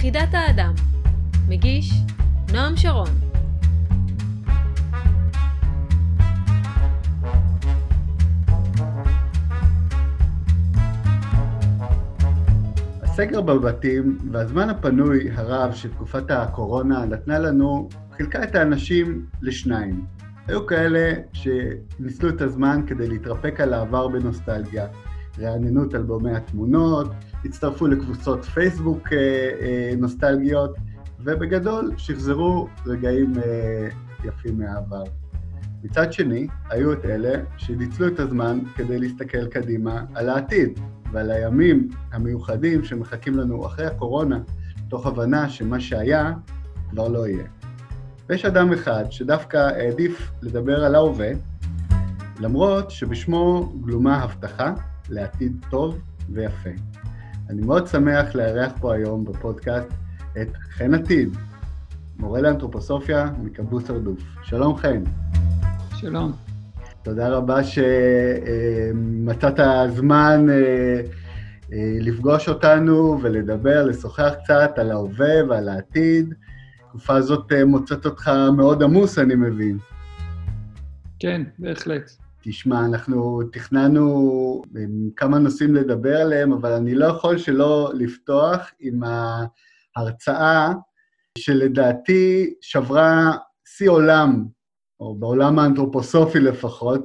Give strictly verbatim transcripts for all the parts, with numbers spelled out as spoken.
יחידת האדם. מגיש נועם שרון. הסגר בבתים והזמן הפנוי הרב של תקופת הקורונה נתנה לנו, חילקה את האנשים לשניים. היו כאלה שניצלו את הזמן כדי להתרפק על העבר בנוסטלגיה, רעננות אלבומי התמונות, הצטרפו לקבוצות פייסבוק נוסטלגיות, ובגדול שחזרו רגעים יפים מהעבר. מצד שני, היו את אלה שניצלו את הזמן כדי להסתכל קדימה על העתיד, ועל הימים המיוחדים שמחכים לנו אחרי הקורונה, תוך הבנה שמה שהיה כבר לא יהיה. ויש אדם אחד שדווקא העדיף לדבר על ההווה, למרות שבשמו גלומה הבטחה לעתיד טוב ויפה. אני מאוד שמח לארח פה היום בפודקאסט את חן עתיד, מורה לאנתרופוסופיה מקיבוץ הרדוף. שלום חן. שלום. תודה רבה שמצאת זמן לפגוש אותנו ולדבר, לשוחח קצת על ההווה ועל העתיד. התקופה הזאת מוצאת אותך מאוד עמוס, אני מבין. כן, בהחלט. תשמע, אנחנו תכננו כמה נושאים לדבר עליהם, אבל אני לא יכול שלא לפתוח עם ההרצאה שלדעתי שברה שיא עולם, או בעולם האנתרופוסופי לפחות,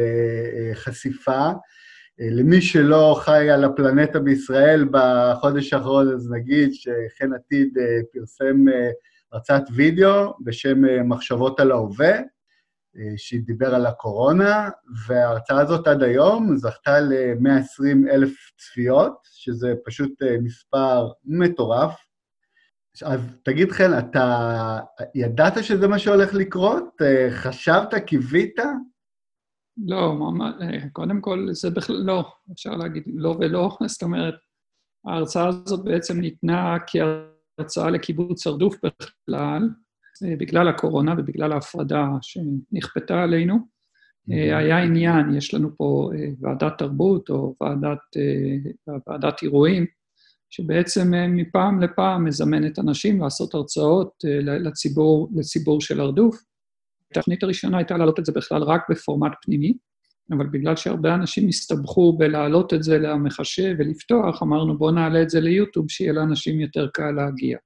בחשיפה. למי שלא חי על הפלנטה בישראל בחודש האחרון, אז נגיד שחן עתיד פרסם הרצאת וידאו בשם מחשבות על ההווה, שדיבר על הקורונה, וההרצאה הזאת עד היום זכתה ל-מאה ועשרים אלף צפיות, שזה פשוט מספר מטורף. אז תגיד חן, אתה ידעת שזה מה שהולך לקרות? חשבת, קיווית? לא, ממש, קודם כל זה בכלל לא, אפשר להגיד לא ולא, זאת אומרת, ההרצאה הזאת בעצם ניתנה כהרצאה לקיבוץ הרדוף בכלל, בגלל הקורונה ובגלל ההפרדה שנכפתה עלינו. היה עניין, יש לנו פה ועדת תרבות או ועדת, ועדת אירועים, שבעצם מפעם לפעם מזמנת אנשים לעשות הרצאות לציבור, לציבור של הרדוף. התוכנית הראשונה הייתה להעלות את זה בכלל רק בפורמט פנימי, אבל בגלל שהרבה אנשים הסתבכו בלהעלות את זה למחשב ולפתוח, אמרנו בוא נעלה את זה ליוטיוב, שיהיה לאנשים יותר קל להגיע.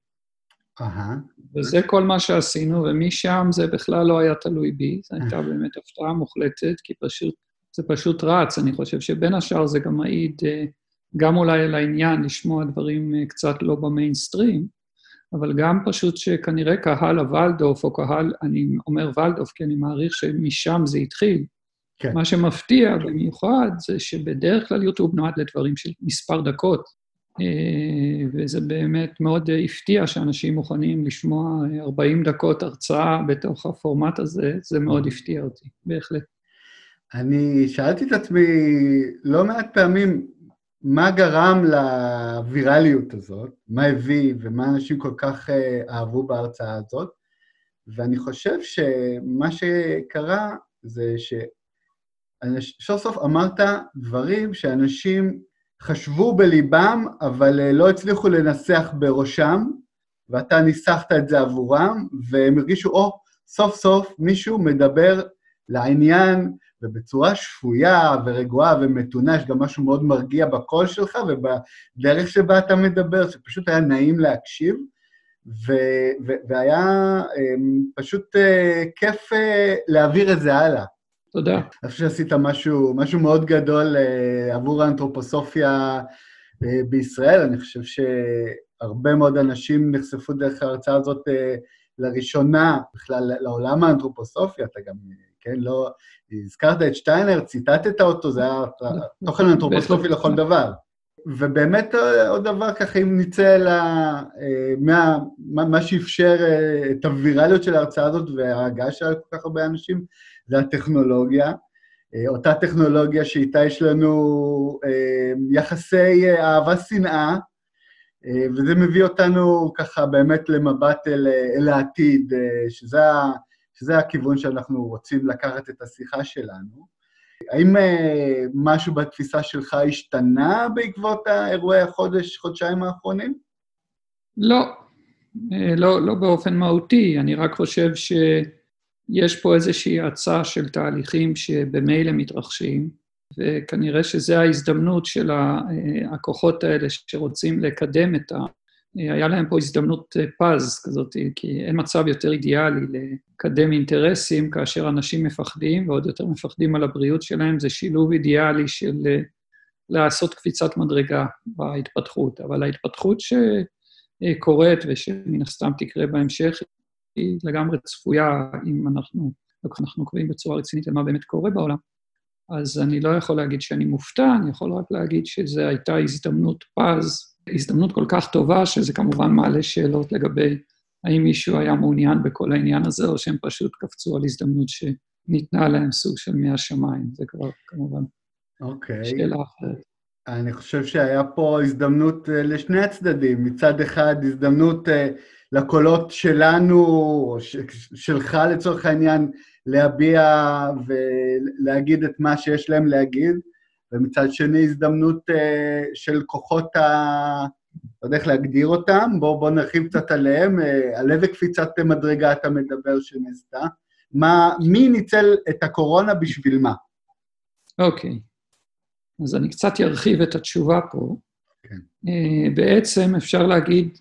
וזה כל מה שעשינו, ומשם זה בכלל לא היה תלוי בי, זו הייתה באמת הפתעה מוחלטת, כי פשוט, זה פשוט רץ, אני חושב שבין השאר זה גם מעיד, גם אולי על העניין לשמוע דברים קצת לא במיינסטרים, אבל גם פשוט שכנראה קהל הוולדוף, או קהל, אני אומר וולדוף, כי אני מעריך שמשם זה התחיל. כן. מה שמפתיע במיוחד זה שבדרך כלל יוטיוב נועד לדברים של מספר דקות, וזה באמת מאוד הפתיע שאנשים מוכנים לשמוע ארבעים דקות הרצאה בתוך הפורמט הזה, זה מאוד הפתיע אותי, בהחלט. אני שאלתי את עצמי לא מעט פעמים, מה גרם לווירליות הזאת, מה הביא ומה אנשים כל כך אהבו בהרצאה הזאת, ואני חושב שמה שקרה זה שסוף סוף אמרת דברים שאנשים חשבו בליבם, אבל לא הצליחו לנסח בראשם, ואתה ניסחת את זה עבורם, והם הרגישו, או, סוף סוף מישהו מדבר לעניין, ובצורה שפויה ורגועה ומתונה, יש גם משהו מאוד מרגיע בקול שלך, ובדרך שבה אתה מדבר, שפשוט היה נעים להקשיב, ו- ו- והיה פשוט כיף להעביר את זה הלאה. תודה. אני חושב שעשית משהו, משהו מאוד גדול עבור האנתרופוסופיה בישראל, אני חושב שהרבה מאוד אנשים נחשפו דרך ההרצאה הזאת לראשונה, בכלל לעולם האנתרופוסופיה, אתה גם, כן, לא, הזכרת את שטיינר, ציטטת אותו, זה היה תוכן אנתרופוסופי לכל דבר. ובאמת עוד דבר ככה, אם נצא מה, מה שאפשר את הווירליות של ההרצאה הזאת וההגעה של כל כך הרבה אנשים, זה הטכנולוגיה. אותה טכנולוגיה שאיתה יש לנו יחסי אהבה-שנאה, וזה מביא אותנו ככה באמת למבט אל, אל העתיד, שזה, שזה הכיוון שאנחנו רוצים לקחת את השיחה שלנו. האם משהו בתפיסה שלך השתנה בעקבות האירועי החודש, חודשיים האחרונים? לא, לא, לא באופן מהותי, אני רק חושב שיש פה איזושהי הצעה של תהליכים שבמילא מתרחשים, וכנראה שזו ההזדמנות של הכוחות האלה שרוצים לקדם את ה... היה להם פה הזדמנות פז כזאת, כי אין מצב יותר אידיאלי לקדם אינטרסים כאשר אנשים מפחדים, ועוד יותר מפחדים על הבריאות שלהם, זה שילוב אידיאלי של לעשות קפיצת מדרגה בהתפתחות, אבל ההתפתחות שקורית ושמן הסתם תקרה בהמשך, היא לגמרי צפויה אם אנחנו, אנחנו קוראים בצורה רצינית על מה באמת קורה בעולם, אז אני לא יכול להגיד שאני מופתע, אני יכול רק להגיד שזו הייתה הזדמנות פז, הזדמנות כל כך טובה, שזה כמובן מעלה שאלות לגבי האם מישהו היה מעוניין בכל העניין הזה, או שהם פשוט קפצו על הזדמנות שניתנה להם סוג של מהשמיים. זה כבר כמובן okay. שאלה אחרת. אני חושב שהיה פה הזדמנות לשני הצדדים. מצד אחד, הזדמנות לקולות שלנו, או שלך לצורך העניין, להביע ולהגיד את מה שיש להם להגיד, ומצד שני הזדמנות uh, של כוחות ה... לא יודע איך להגדיר אותם, בואו בוא נרחיב קצת עליהם, uh, על איזה קפיצת מדרגה אתה מדבר שנעשתה. מה, מי ניצל את הקורונה בשביל מה? אוקיי, okay. אז אני קצת ארחיב את התשובה פה. כן. Uh, בעצם אפשר להגיד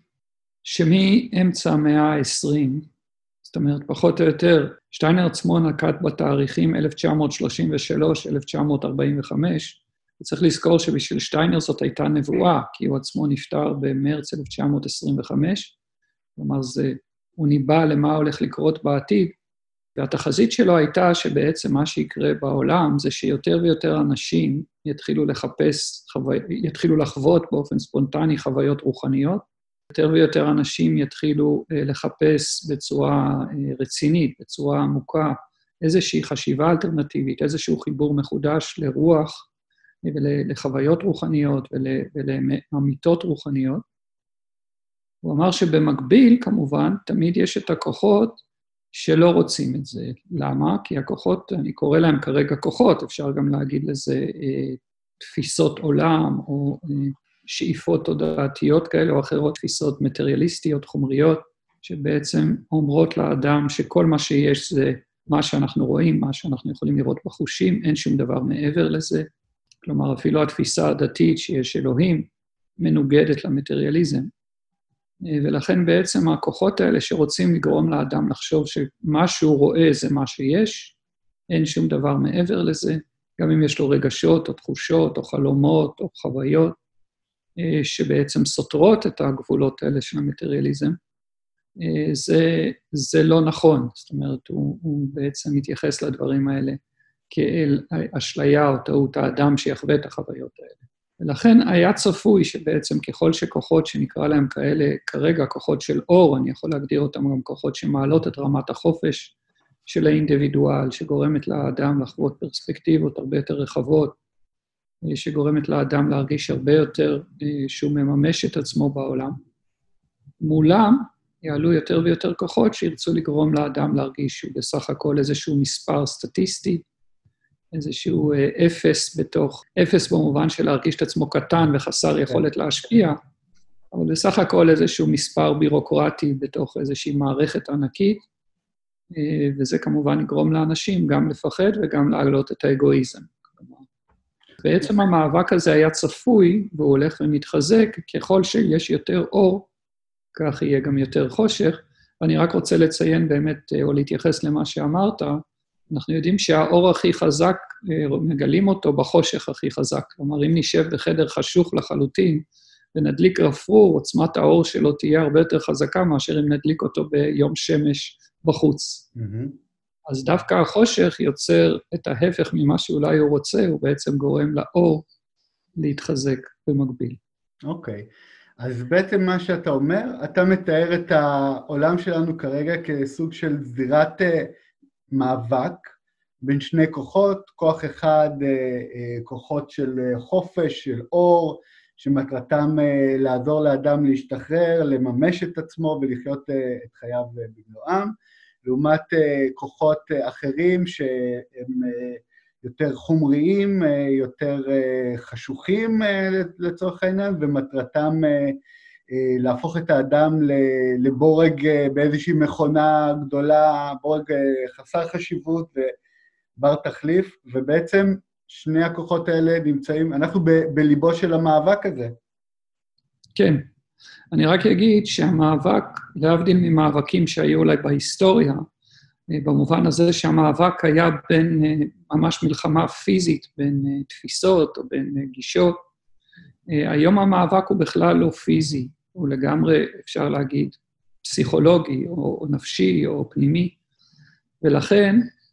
שמאמצע המאה ה-עשרים, זאת אומרת, פחות או יותר, שטיינר עצמו נקט בתאריכים אלף תשע מאות שלושים ושלוש עד אלף תשע מאות ארבעים וחמש, וצריך לזכור שבשביל שטיינר זאת הייתה נבואה, כי הוא עצמו נפטר במרץ אלף תשע מאות עשרים וחמש, כלומר, זה, הוא ניבא למה הולך לקרות בעתיד, והתחזית שלו הייתה שבעצם מה שיקרה בעולם, זה שיותר ויותר אנשים יתחילו לחפש, חוו... יתחילו לחוות באופן ספונטני חוויות רוחניות, יותר ויותר אנשים יתחילו לחפש בצורה רצינית, בצורה עמוקה, איזושהי חשיבה אלטרנטיבית, איזשהו חיבור מחודש לרוח ולחוויות רוחניות ולאמיתות רוחניות. הוא אמר שבמקביל, כמובן, תמיד יש את הכוחות שלא רוצים את זה. למה? כי הכוחות, אני קורא להם כרגע כוחות, אפשר גם להגיד לזה תפיסות עולם או... שאיפות תודעתיות כאלה או אחרות, תפיסות מטריאליסטיות, חומריות, שבעצם אומרות לאדם שכל מה שיש זה מה שאנחנו רואים, מה שאנחנו יכולים לראות בחושים, אין שום דבר מעבר לזה. כלומר, אפילו התפיסה הדתית שיש אלוהים, מנוגדת למטריאליזם. ולכן בעצם הכוחות האלה שרוצים לגרום לאדם לחשוב שמה שהוא רואה זה מה שיש, אין שום דבר מעבר לזה, גם אם יש לו רגשות או תחושות או חלומות או חוויות, שבעצם סותרות את הגבולות האלה של המטריאליזם, זה, זה לא נכון. זאת אומרת, הוא, הוא בעצם מתייחס לדברים האלה כאל אשליה או טעות האדם שיחווה את החוויות האלה. ולכן היה צפוי שבעצם ככל שכוחות שנקרא להם כאלה, כרגע כוחות של אור, אני יכול להגדיר אותם גם כוחות שמעלות את רמת החופש של האינדיבידואל, שגורמת לאדם לחוות פרספקטיבות הרבה יותר רחבות, שגורמת לאדם להרגיש הרבה יותר שהוא מממש את עצמו בעולם. מולם יעלו יותר ויותר כוחות שירצו לגרום לאדם להרגיש שהוא בסך הכל איזשהו מספר סטטיסטי, איזשהו אפס בתוך, אפס במובן של להרגיש את עצמו קטן וחסר יכולת להשפיע, אבל בסך הכל איזשהו מספר בירוקרטי בתוך איזושהי מערכת ענקית, וזה כמובן יגרום לאנשים גם לפחד וגם להעלות את האגואיזם. בעצם המאבק הזה היה צפוי, והוא הולך ומתחזק, ככל שיש יותר אור, כך יהיה גם יותר חושך. ואני רק רוצה לציין באמת, או להתייחס למה שאמרת, אנחנו יודעים שהאור הכי חזק, מגלים אותו בחושך הכי חזק. כלומר, אם נשב בחדר חשוך לחלוטין, ונדליק רפרור, עוצמת האור שלו תהיה הרבה יותר חזקה, מאשר אם נדליק אותו ביום שמש בחוץ. Mm-hmm. אז דווקא החושך יוצר את ההפך ממה שאולי הוא רוצה, הוא בעצם גורם לאור להתחזק במקביל. אוקיי, אז בעצם מה שאתה אומר, אתה מתאר את העולם שלנו כרגע כסוג של זירת מאבק בין שני כוחות, כוח אחד, כוחות של חופש, של אור, שמטרתם לעזור לאדם להשתחרר, לממש את עצמו ולחיות את חייו במלואם, לעומת כוחות אחרים שהם יותר חומריים, יותר חשוכים לצורך העניין, ומטרתם להפוך את האדם לבורג באיזושהי מכונה גדולה, בורג חסר חשיבות ובר תחליף, ובעצם שני הכוחות האלה נמצאים, אנחנו ב- בליבו של המאבק הזה. כן, אני רק אגיד שהמאבק, להבדיל ממאבקים שהיו אולי בהיסטוריה, במובן הזה שהמאבק היה בין ממש מלחמה פיזית, בין תפיסות או בין גישות, היום המאבק הוא בכלל לא פיזי, הוא לגמרי, אפשר להגיד, פסיכולוגי או, או נפשי או פנימי, ולכן,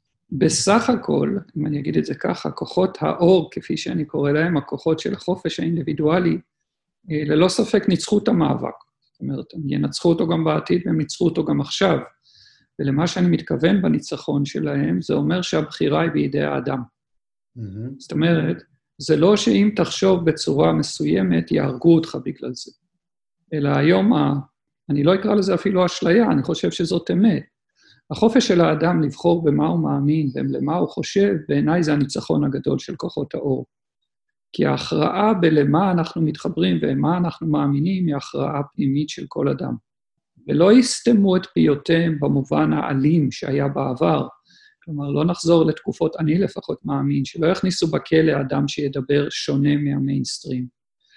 בסך הכל, אם אני אגיד את זה ככה, כוחות האור, כפי שאני קורא להם, הכוחות של החופש האינדיבידואלי, ללא ספק ניצחו את המאבק. זאת אומרת, הם ינצחו אותו גם בעתיד, והם ניצחו אותו גם עכשיו. ולמה שאני מתכוון בניצחון שלהם, זה אומר שהבחירה היא בידי האדם. Mm-hmm. זאת אומרת, זה לא שאם תחשוב בצורה מסוימת, יהרגו אותך בגלל זה. אלא היום, אני לא אקרא לזה אפילו אשליה, אני חושב שזאת אמת. החופש של האדם לבחור במה הוא מאמין, ולמה הוא חושב, בעיניי זה הניצחון הגדול של כוחות האור. כי ההכרעה בלמה אנחנו מתחברים ומה אנחנו מאמינים, היא הכרעה פנימית של כל אדם. ולא יסתמו את פיותיהם במובן האלים שהיה בעבר. כלומר, לא נחזור לתקופות, אני לפחות מאמין, שלא יכניסו בכלא אדם שידבר שונה מהמיינסטרים.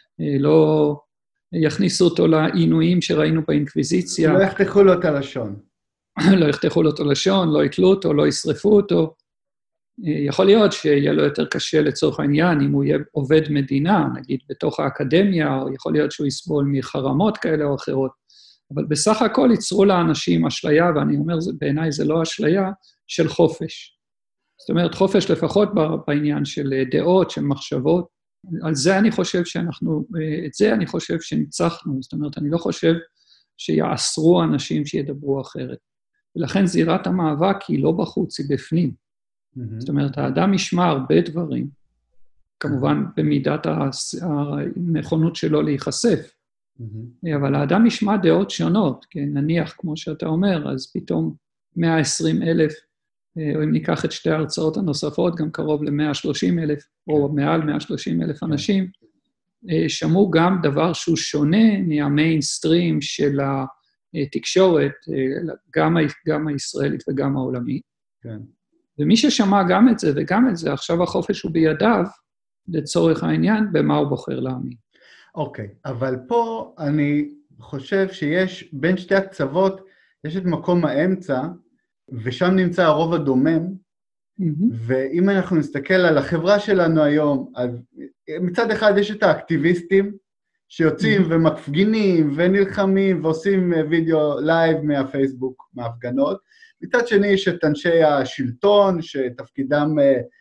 לא יכניסו אותו לעינויים שראינו באינקוויזיציה. לא יחתכו לו את הלשון. לא יחתכו לו את הלשון, לא יתלו אותו, לא ישרפו אותו. יכול להיות שיהיה לו יותר קשה לצורך העניין, אם הוא יהיה עובד מדינה, נגיד בתוך האקדמיה, או יכול להיות שהוא יסבול מחרמות כאלה או אחרות, אבל בסך הכל ייצרו לאנשים אשליה, ואני אומר, בעיניי זה לא אשליה, של חופש. זאת אומרת, חופש לפחות בעניין של דעות, של מחשבות, על זה אני חושב שאנחנו, את זה אני חושב שניצחנו, זאת אומרת, אני לא חושב שיאסרו אנשים שידברו אחרת. ולכן זירת המאבק היא לא בחוץ, היא בפנים. Mm-hmm. זאת אומרת, האדם ישמע הרבה דברים, כמובן במידת הנכונות שלו להיחשף, mm-hmm. אבל האדם ישמע דעות שונות, כן, נניח, כמו שאתה אומר, אז פתאום מאה ועשרים אלף, או אם ניקח את שתי ההרצאות הנוספות, גם קרוב ל-מאה ושלושים אלף, או מעל מאה ושלושים אלף אנשים, שמעו גם דבר שהוא שונה מהמיינסטרים של התקשורת, גם, גם הישראלית וגם העולמית. כן. ומי ששמע גם את זה וגם את זה, עכשיו החופש הוא בידיו, לצורך העניין, במה הוא בוחר להאמין. אוקיי, אבל פה אני חושב שיש בין שתי הקצוות, יש את מקום האמצע, ושם נמצא הרוב הדומם, mm-hmm. ואם אנחנו נסתכל על החברה שלנו היום, אז מצד אחד יש את האקטיביסטים, שיוצאים mm-hmm. ומפגינים ונלחמים, ועושים וידאו לייב מהפייסבוק, מההפגנות, מצד שני יש את אנשי השלטון, שתפקידם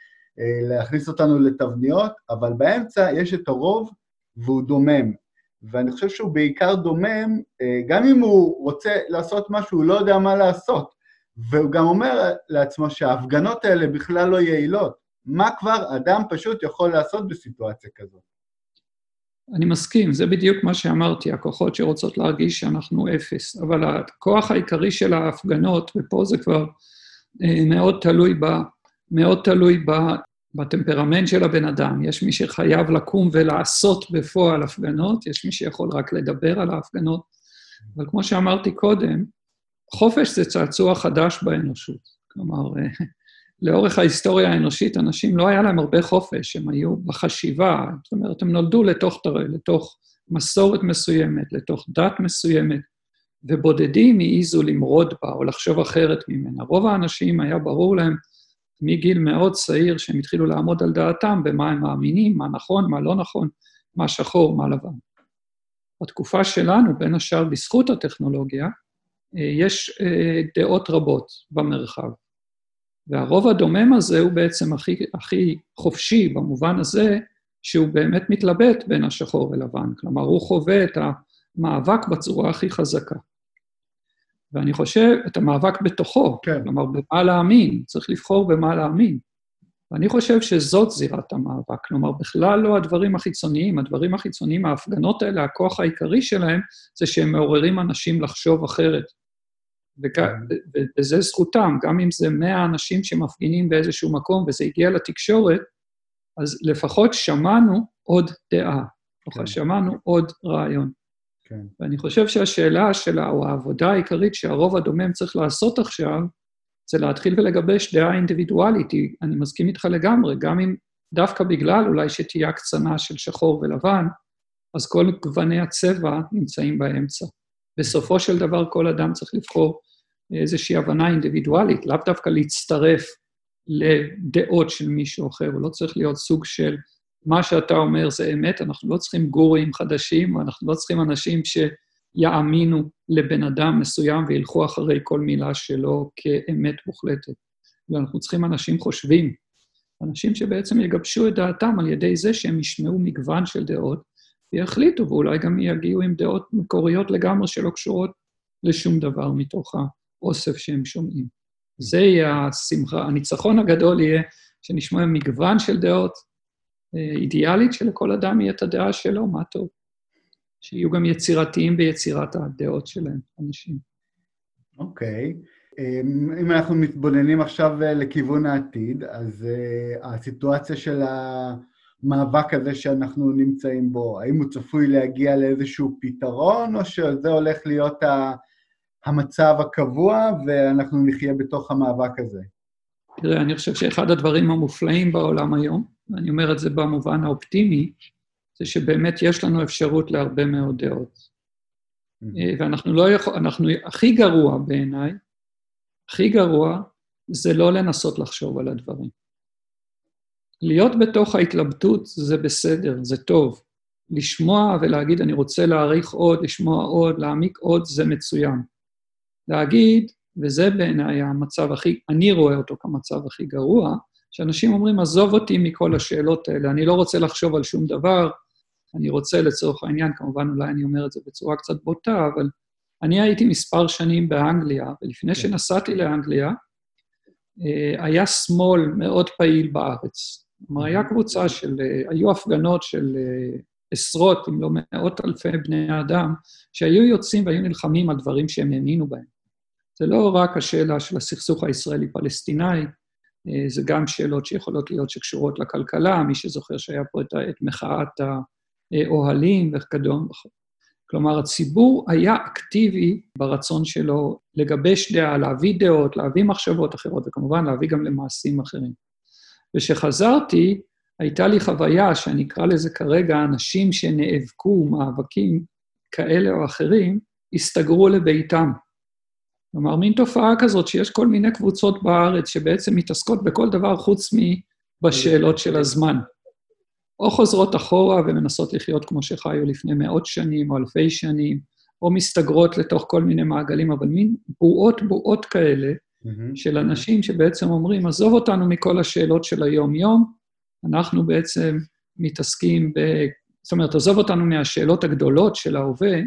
להכניס אותנו לתבניות, אבל באמצע יש את הרוב, והוא דומם. ואני חושב שהוא בעיקר דומם, גם אם הוא רוצה לעשות משהו, הוא לא יודע מה לעשות. והוא גם אומר לעצמו שההפגנות האלה בכלל לא יעילות. מה כבר אדם פשוט יכול לעשות בסיטואציה כזאת? אני מסכים, זה בדיוק מה שאמרתי, הכוחות שרוצות להרגיש שאנחנו אפס, אבל הכוח העיקרי של ההפגנות, ופה זה כבר מאוד תלוי ב, מאוד תלוי ב, בטמפרמנט של הבן אדם. יש מי שחייב לקום ולעשות בפועל הפגנות, יש מי שיכול רק לדבר על ההפגנות, אבל כמו שאמרתי קודם, חופש זה צעצוע חדש באנושות. כלומר, לאורך ההיסטוריה האנושית, אנשים לא היה להם הרבה חופש, הם היו בחשיבה, זאת אומרת, הם נולדו לתוך, לתוך מסורת מסוימת, לתוך דת מסוימת, ובודדים העיזו למרוד בה או לחשוב אחרת ממנה. רוב האנשים היה ברור להם מגיל מאוד צעיר שהם התחילו לעמוד על דעתם במה הם מאמינים, מה נכון, מה לא נכון, מה שחור, מה לבן. בתקופה שלנו, בין השאר בזכות הטכנולוגיה, יש דעות רבות במרחב. והרוב הדומם הזה הוא בעצם הכי, הכי חופשי במובן הזה, שהוא באמת מתלבט בין השחור ולבן. כלומר, הוא חווה את המאבק בצורה הכי חזקה. ואני חושב, את המאבק בתוכו, כן. כלומר, במה להאמין, צריך לבחור במה להאמין. ואני חושב שזאת זירת המאבק. כלומר, בכלל לא הדברים החיצוניים, הדברים החיצוניים, ההפגנות האלה, הכוח העיקרי שלהם, זה שהם מעוררים אנשים לחשוב אחרת. וזה זכותם, גם אם זה מאה אנשים שמפגינים באיזשהו מקום, וזה הגיע לתקשורת, אז לפחות שמענו עוד דעה, או שמענו עוד רעיון. כן. ואני חושב שהשאלה שלה, או העבודה העיקרית שהרוב הדומם צריך לעשות עכשיו, זה להתחיל ולגבש דעה אינדיבידואלית. אני מסכים איתך לגמרי, גם אם דווקא בגלל אולי שתהיה הקצנה של שחור ולבן, אז כל גווני הצבע נמצאים באמצע. בסופו של דבר כל אדם צריך לבחור איזושהי הבנה אינדיבידואלית, לאו דווקא להצטרף לדעות של מישהו אחר, הוא לא צריך להיות סוג של מה שאתה אומר זה אמת, אנחנו לא צריכים גורים חדשים, אנחנו לא צריכים אנשים שיאמינו לבן אדם מסוים וילכו אחרי כל מילה שלו כאמת מוחלטת. ואנחנו צריכים אנשים חושבים, אנשים שבעצם יגבשו את דעתם על ידי זה שהם ישמעו מגוון של דעות, ויחליטו, ואולי גם יגיעו עם דעות מקוריות לגמרי שלא קשורות לשום דבר מתוך האוסף שהם שומעים. זה יהיה השמחה, הניצחון הגדול יהיה שנשמע מגוון של דעות, אידיאלית שלכל אדם יהיה את הדעה שלו, מה טוב. שיהיו גם יצירתיים ביצירת הדעות שלהם, אנשים. אוקיי. אם אנחנו מתבוננים עכשיו לכיוון העתיד, אז הסיטואציה של המאבק הזה שאנחנו נמצאים בו, האם הוא צפוי להגיע לאיזשהו פתרון, או שזה הולך להיות המצב הקבוע, ואנחנו נחיה בתוך המאבק הזה? תראה, אני חושב שאחד הדברים המופלאים בעולם היום, ואני אומר את זה במובן האופטימי, זה שבאמת יש לנו אפשרות להרבה מאוד דעות. ואנחנו לא יכול, אנחנו, הכי גרוע בעיניי, הכי גרוע, זה לא לנסות לחשוב על הדברים. להיות בתוך ההתלבטות זה בסדר, זה טוב. לשמוע ולהגיד, אני רוצה להעריך עוד, לשמוע עוד, להעמיק עוד, זה מצוין. להגיד, וזה בעיניי המצב הכי, אני רואה אותו כמצב הכי גרוע, שאנשים אומרים, עזוב אותי מכל השאלות האלה, אני לא רוצה לחשוב על שום דבר, אני רוצה לצורך העניין, כמובן אולי אני אומר את זה בצורה קצת בוטה, אבל אני הייתי מספר שנים באנגליה, ולפני שנסעתי לאנגליה, היה שמאל מאוד פעיל בארץ. כלומר, היה קבוצה של, היו הפגנות של עשרות, אם לא מאות אלפי בני אדם, שהיו יוצאים והיו נלחמים על דברים שהם האמינו בהם. זה לא רק השאלה של הסכסוך הישראלי-פלסטיני, זה גם שאלות שיכולות להיות שקשורות לכלכלה, מי שזוכר שהיה פה את, את מחאת האוהלים וכדום. כלומר, הציבור היה אקטיבי ברצון שלו לגבש דעה, להביא דעות, להביא מחשבות אחרות, וכמובן להביא גם למעשים אחרים. ושחזרתי, הייתה לי חוויה, שאני אקרא לזה כרגע, אנשים שנאבקו מאבקים כאלה או אחרים, הסתגרו לביתם. כלומר, מין תופעה כזאת שיש כל מיני קבוצות בארץ שבעצם מתעסקות בכל דבר חוץ מבשאלות של הזמן. או חוזרות אחורה ומנסות לחיות כמו שחיו לפני מאות שנים או אלפי שנים, או מסתגרות לתוך כל מיני מעגלים, אבל מין בועות בועות כאלה של אנשים שבעצם אומרים, עזוב אותנו מכל השאלות של היום-יום, אנחנו בעצם מתעסקים ב... זאת אומרת, עזוב אותנו מהשאלות הגדולות של ההווה,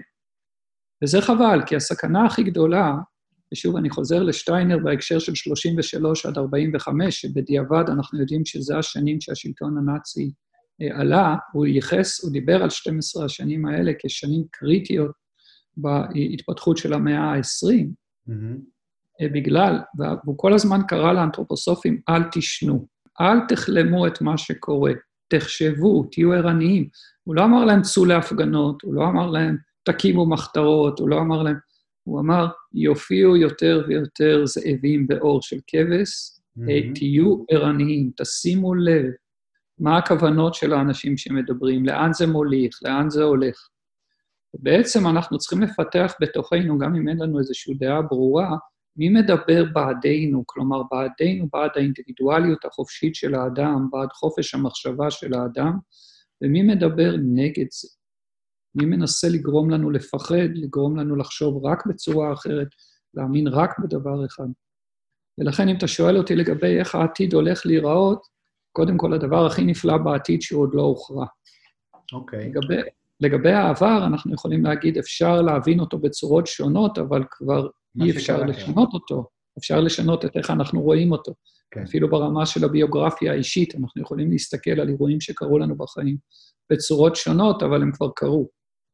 וזה חבל, כי הסכנה הכי גדולה, ושוב אני חוזר לשטיינר בהקשר של שלושים ושלוש עד ארבעים וחמש, שבדיעבד אנחנו יודעים שזה השנים שהשלטון הנאצי עלה, הוא ייחס, הוא דיבר על שתים עשרה השנים האלה כשנים קריטיות בהתפתחות של המאה ה-עשרים, mm-hmm. בגלל, והוא כל הזמן קרא לאנתרופוסופים, אל תשנו, אל תחלמו את מה שקורה, תחשבו, תהיו ערניים. הוא לא אמר להם צאו להפגנות, הוא לא אמר להם תקימו מחתרות, הוא לא אמר להם, הוא אמר, יופיעו יותר ויותר זאבים באור של כבש, mm-hmm. תהיו ערניים, תשימו לב, מה הכוונות של האנשים שמדברים, לאן זה מוליך, לאן זה הולך. ובעצם אנחנו צריכים לפתח בתוכנו, גם אם אין לנו איזושהי דעה ברורה, מי מדבר בעדינו, כלומר בעדינו, בעד האינדיבידואליות החופשית של האדם, בעד חופש המחשבה של האדם, ומי מדבר נגד זה. מי מנסה לגרום לנו לפחד, לגרום לנו לחשוב רק בצורה אחרת, להאמין רק בדבר אחד. ולכן אם אתה שואל אותי לגבי איך העתיד הולך להיראות, קודם כל הדבר הכי נפלא בעתיד שהוא עוד לא הוכרע. אוקיי. לגבי, לגבי העבר, אנחנו יכולים להגיד, אפשר להבין אותו בצורות שונות, אבל כבר אי אפשר לשנות כאן. אותו. אפשר לשנות את איך אנחנו רואים אותו. כן. אפילו ברמה של הביוגרפיה האישית, אנחנו יכולים להסתכל על אירועים שקרו לנו בחיים בצורות שונות, אבל הם כבר קרו.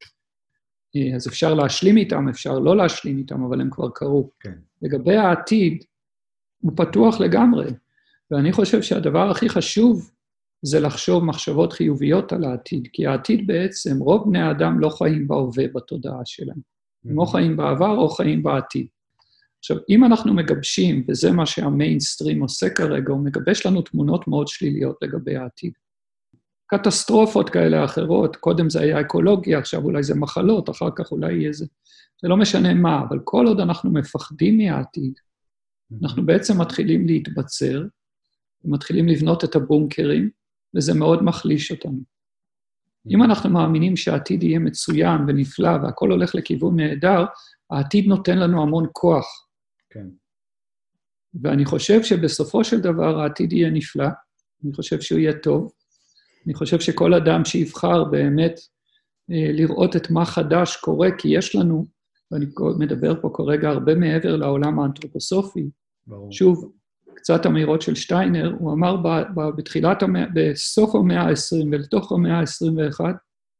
אז אפשר להשלים איתם, אפשר לא להשלים איתם, אבל הם כבר קרו. כן. לגבי העתיד, הוא פתוח לגמרי. ואני חושב שהדבר הכי חשוב זה לחשוב מחשבות חיוביות על העתיד, כי העתיד בעצם, רוב בני האדם לא חיים בהווה בתודעה שלהם. הם או חיים בעבר או חיים בעתיד. עכשיו, אם אנחנו מגבשים, וזה מה שהמיינסטרים עושה כרגע, הוא מגבש לנו תמונות מאוד שליליות לגבי העתיד. קטסטרופות כאלה אחרות, קודם זה היה אקולוגיה, עכשיו אולי זה מחלות, אחר כך אולי יהיה זה. זה לא משנה מה, אבל כל עוד אנחנו מפחדים מהעתיד, אנחנו בעצם מתחילים להתבצר, מתחילים לבנות את הבונקרים, וזה מאוד מחליש אותנו. אם אנחנו מאמינים שהעתיד יהיה מצוין ונפלא, והכל הולך לכיוון נהדר, העתיד נותן לנו המון כוח. כן. ואני חושב שבסופו של דבר העתיד יהיה נפלא, אני חושב שהוא יהיה טוב, אני חושב שכל אדם שיבחר באמת אה, לראות את מה חדש קורה, כי יש לנו, ואני מדבר פה כרגע הרבה מעבר לעולם האנתרופוסופי, ברור. שוב, קצת אמירות של שטיינר, הוא אמר ב, ב, בתחילת המאה, בסוף המאה ה-עשרים ולתוך המאה ה-עשרים ואחת,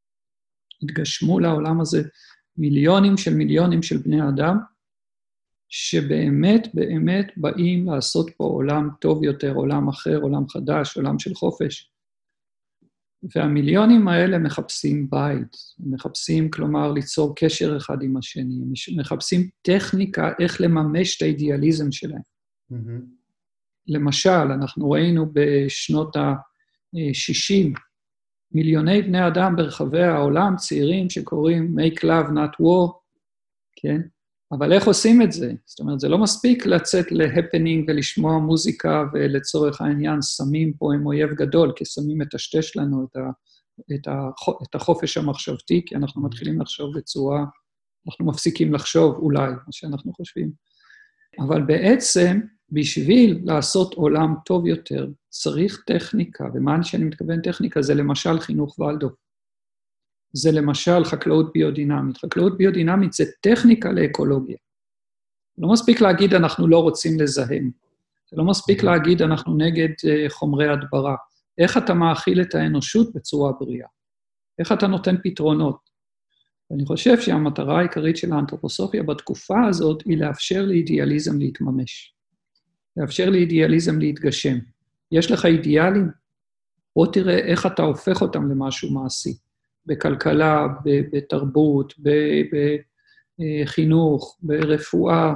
התגשמו לעולם הזה מיליונים של מיליונים של בני אדם, שבאמת, באמת באים לעשות פה עולם טוב יותר, עולם אחר, עולם חדש, עולם של חופש. והמיליונים האלה מחפשים בית, מחפשים, כלומר, ליצור קשר אחד עם השני, מחפשים טכניקה איך לממש את האידיאליזם שלהם. Mm-hmm. למשל, אנחנו ראינו בשנות ה-שישים, מיליוני בני אדם ברחבי העולם, צעירים שקוראים Make Love Not War, כן? אבל איך עושים את זה? זאת אומרת, זה לא מספיק לצאת להפנינג ולשמוע מוזיקה, ולצורך העניין שמים פה עם אויב גדול, כי שמים מטשטש לנו את, ה, את, ה, את החופש המחשבתי, כי אנחנו מתחילים לחשוב בצורה, אנחנו מפסיקים לחשוב אולי, מה שאנחנו חושבים. אבל בעצם, בשביל לעשות עולם טוב יותר, צריך טכניקה, ומה שאני מתכוון טכניקה, זה למשל חינוך ולדוף. זה למשל חקלאות ביודינמית. חקלאות ביודינמית זה טכניקה לאקולוגיה. לא מספיק להגיד אנחנו לא רוצים לזהם. זה לא מספיק להגיד אנחנו נגד חומרי הדברה. איך אתה מאכיל את האנושות בצורה בריאה? איך אתה נותן פתרונות? ואני חושב שהמטרה העיקרית של האנתרופוסופיה בתקופה הזאת היא לאפשר לאידיאליזם להתממש. לאפשר לאידיאליזם להתגשם. יש לך אידיאלים? בוא תראה איך אתה הופך אותם למשהו מעשי. בכלכלה, בתרבות, בחינוך, ברפואה,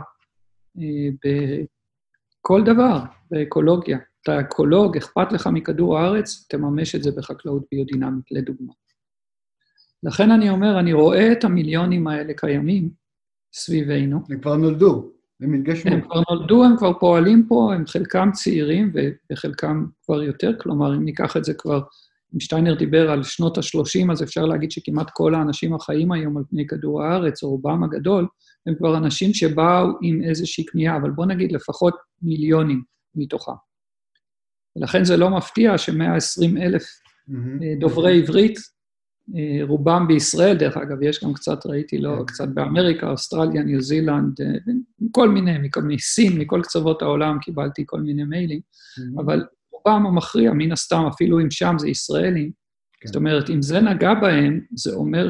בכל דבר, באקולוגיה. אתה אקולוג, אכפת לך מכדור הארץ, תממש את זה בחקלאות ביודינמית, לדוגמה. לכן אני אומר, אני רואה את המיליונים האלה קיימים סביבנו. הם כבר נולדו, הם התגשמו. הם כבר נולדו, הם כבר פועלים פה, הם חלקם צעירים וחלקם כבר יותר, כלומר, אם ניקח את זה כבר, אם שטיינר דיבר על שנות ה-שלושים, אז אפשר להגיד שכמעט כל האנשים החיים היום על פני כדור הארץ, או רובם הגדול, הם כבר אנשים שבאו עם איזושהי קנייה, אבל בוא נגיד לפחות מיליונים מתוכם. ולכן זה לא מפתיע ש-מאה ועשרים אלף דוברי עברית, רובם בישראל, דרך אגב, יש גם קצת, ראיתי לו, קצת באמריקה, אוסטרליה, ניו זילנד, כל מיני, מסין, מכל קצוות העולם, קיבלתי כל מיני מיילים, אבל רובם המכריע, מן הסתם, אפילו אם שם זה ישראלים, זאת אומרת, אם זה נגע בהם, זה אומר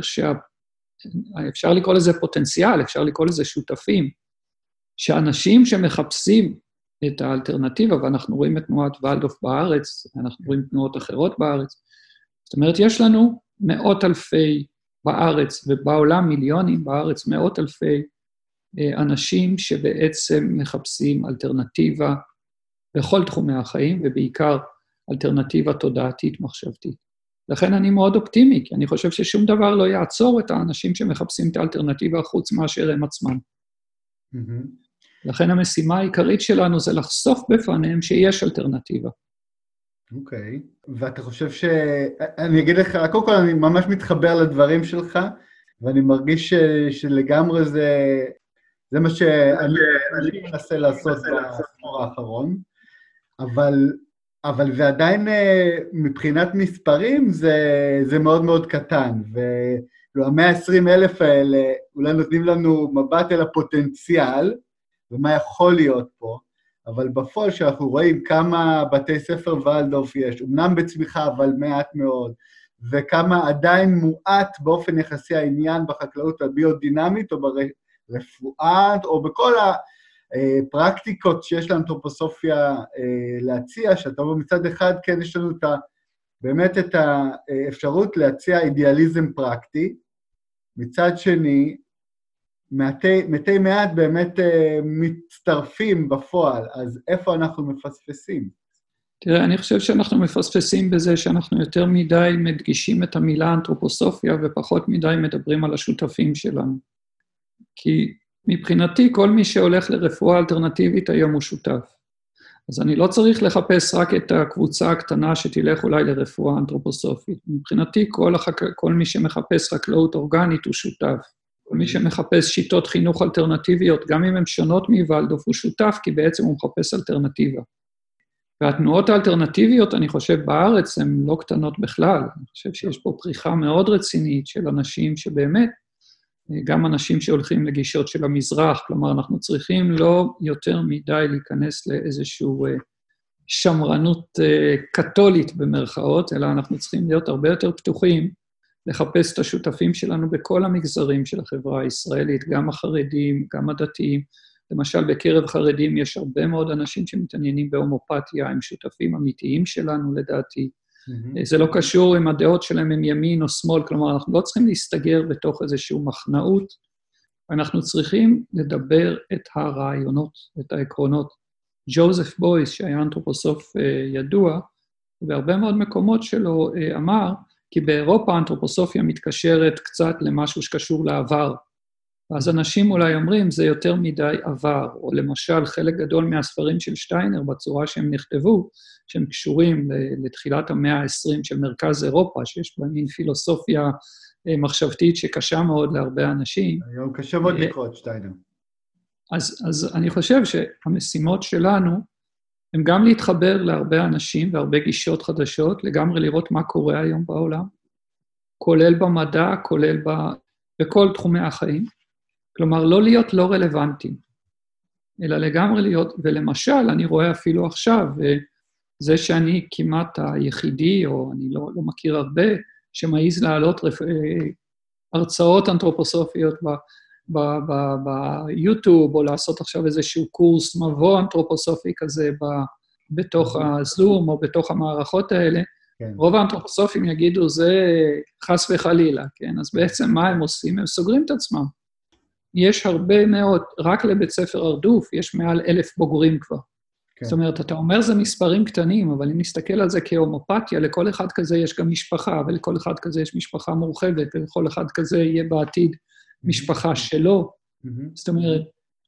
שאפשר לקרוא לזה פוטנציאל, אפשר לקרוא לזה שותפים, שאנשים שמחפשים את האלטרנטיבה, ואנחנו רואים את תנועת ולדוף בארץ, אנחנו רואים תנועות אחרות בארץ, זאת אומרת, יש לנו מאות אלפי בארץ, ובעולם מיליונים בארץ, מאות אלפי אנשים שבעצם מחפשים אלטרנטיבה בכל תחומי החיים, ובעיקר אלטרנטיבה תודעתית מחשבתית. לכן אני מאוד אופטימי, כי אני חושב ששום דבר לא יעצור את האנשים שמחפשים את האלטרנטיבה חוץ מאשר הם עצמם. Mm-hmm. לכן המשימה העיקרית שלנו זה לחשוף בפניהם שיש אלטרנטיבה. אוקיי, okay. ואתה חושב ש... אני אגיד לך, קודם כל אני ממש מתחבר לדברים שלך, ואני מרגיש ש... שלגמרי זה, זה מה שאני מנסה לעשות בעשור האחרון, אבל, אבל זה עדיין מבחינת מספרים זה, זה מאוד מאוד קטן, וה-מאה ועשרים אלף האלה אולי נותנים לנו מבט אל הפוטנציאל, ומה יכול להיות פה, אבל בפועל שאנחנו רואים כמה בתי ספר ולדורף יש, אמנם בצמיחה, אבל מעט מאוד, וכמה עדיין מועט באופן יחסי העניין בחקלאות הביודינמית, או ברפואה, או בכל הפרקטיקות שיש לאנתרופוסופיה להציע, שאתה אומר מצד אחד, כן יש לנו את באמת את האפשרות להציע אידיאליזם פרקטי, מצד שני, מתי, מתי מעט באמת מצטרפים בפועל, אז איפה אנחנו מפספסים? תראה, אני חושב שאנחנו מפספסים בזה שאנחנו יותר מדי מדגישים את המילה אנתרופוסופיה, ופחות מדי מדברים על השותפים שלנו. כי מבחינתי, כל מי שהולך לרפואה אלטרנטיבית היום הוא שותף. אז אני לא צריך לחפש רק את הקבוצה הקטנה שתלך אולי לרפואה אנתרופוסופית. מבחינתי, כל, החק... כל מי שמחפש חקלאות אורגנית הוא שותף. כל מי שמחפש שיטות חינוך אלטרנטיביות, גם אם הן שונות מוולדוף, הוא שותף, כי בעצם הוא מחפש אלטרנטיבה. והתנועות האלטרנטיביות, אני חושב, בארץ, הן לא קטנות בכלל. אני חושב שיש פה פריחה מאוד רצינית של אנשים שבאמת, גם אנשים שהולכים לגישות של המזרח, כלומר, אנחנו צריכים לא יותר מדי להיכנס לאיזושהי שמרנות קתולית במרכאות, אלא אנחנו צריכים להיות הרבה יותר פתוחים, לחפש את השותפים שלנו בכל המגזרים של החברה הישראלית, גם החרדים, גם הדתיים. למשל, בקרב חרדים יש הרבה מאוד אנשים שמתעניינים בהומופתיה, הם שותפים אמיתיים שלנו, לדעתי. Mm-hmm. זה לא קשור אם הדעות שלהם הם ימין או שמאל, כלומר, אנחנו לא צריכים להסתגר בתוך איזושהי מחנאות, אנחנו צריכים לדבר את הרעיונות, את העקרונות. ג'וזף בויס, שהיה אנתרופוסוף ידוע, בהרבה מאוד מקומות שלו אמר, כי באירופה האנתרופוסופיה מתקשרת קצת למשהו שקשור לעבר. אז אנשים אולי אומרים, זה יותר מדי עבר, או למשל חלק גדול מהספרים של שטיינר, בצורה שהם נכתבו, שהם קשורים לתחילת המאה ה-עשרים של מרכז אירופה, שיש בה מין פילוסופיה מחשבתית שקשה מאוד להרבה אנשים. היום קשה מאוד לקרוא את שטיינר. אז, אז אני חושב שהמשימות שלנו, הם גם להתחבר להרבה אנשים והרבה גישות חדשות, לגמרי לראות מה קורה היום בעולם, כולל במדע, כולל ב, בכל תחומי החיים, כלומר, לא להיות לא רלוונטיים, אלא לגמרי להיות, ולמשל, אני רואה אפילו עכשיו, זה שאני כמעט היחידי, או אני לא, לא מכיר הרבה, שמעיז להעלות רפ... הרצאות אנתרופוסופיות ב... ביוטיוב, או לעשות עכשיו איזשהו קורס מבוא אנתרופוסופי כזה בתוך הזום, או בתוך המערכות האלה, כן. רוב האנתרופוסופים יגידו, זה חס וחלילה, כן? אז בעצם מה הם עושים? הם סוגרים את עצמם. יש הרבה מאוד, רק לבית ספר הרדוף, יש מעל אלף בוגרים כבר. כן. זאת אומרת, אתה אומר זה מספרים קטנים, אבל אם נסתכל על זה כהומופתיה, לכל אחד כזה יש גם משפחה, ולכל אחד כזה יש משפחה מורחבת, ולכל אחד כזה יהיה בעתיד משפחה שלו. זאת אומרת,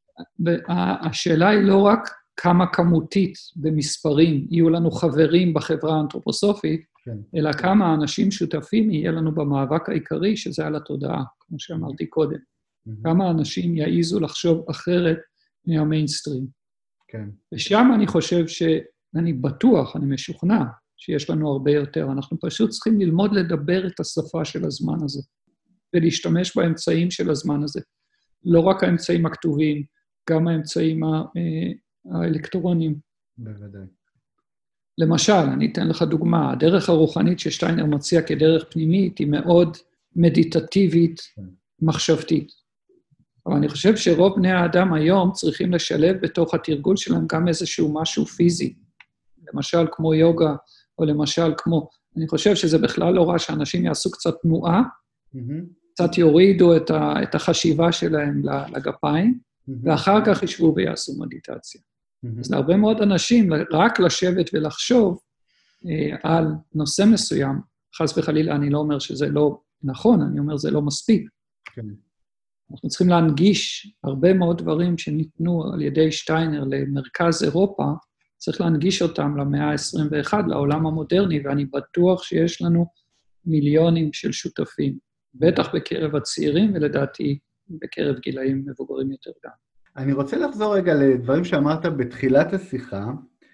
השאלה היא לא רק כמה כמותית במספרים יהיו לנו חברים בחברה האנתרופוסופית, אלא כמה אנשים שותפים יהיה לנו במאבק העיקרי, שזה על התודעה, כמו שאמרתי קודם. כמה אנשים יעיזו לחשוב אחרת מהמיינסטרים. ושם אני חושב שאני בטוח, אני משוכנע, שיש לנו הרבה יותר. אנחנו פשוט צריכים ללמוד לדבר את השפה של הזמן הזה. ולהשתמש באמצעים של הזמן הזה. לא רק האמצעים הכתובים, גם האמצעים האלקטרוניים. בוודאי. למשל, אני אתן לך דוגמה, הדרך הרוחנית ששטיינר מציע כדרך פנימית, היא מאוד מדיטטיבית, מחשבתית. אבל אני חושב שרוב בני האדם היום צריכים לשלב בתוך התרגול שלהם גם איזשהו משהו פיזי. למשל, כמו יוגה, או למשל כמו, אני חושב שזה בכלל לא רע שאנשים יעשו קצת תנועה, קצת יורידו את, ה, את החשיבה שלהם לגפיים, ואחר כך ישבו ויעשו מדיטציה. אז להרבה מאוד אנשים, רק לשבת ולחשוב אה, על נושא מסוים, חס וחלילה, אני לא אומר שזה לא נכון, אני אומר זה לא מספיק. אנחנו צריכים להנגיש הרבה מאוד דברים שניתנו על ידי שטיינר למרכז אירופה, צריך להנגיש אותם למאה ה-עשרים ואחת, לעולם המודרני, ואני בטוח שיש לנו מיליונים של שותפים. בטח בקרב הצעירים, ולדעתי בקרב גילאים מבוגרים יותר גם. אני רוצה לחזור רגע לדברים שאמרת בתחילת השיחה,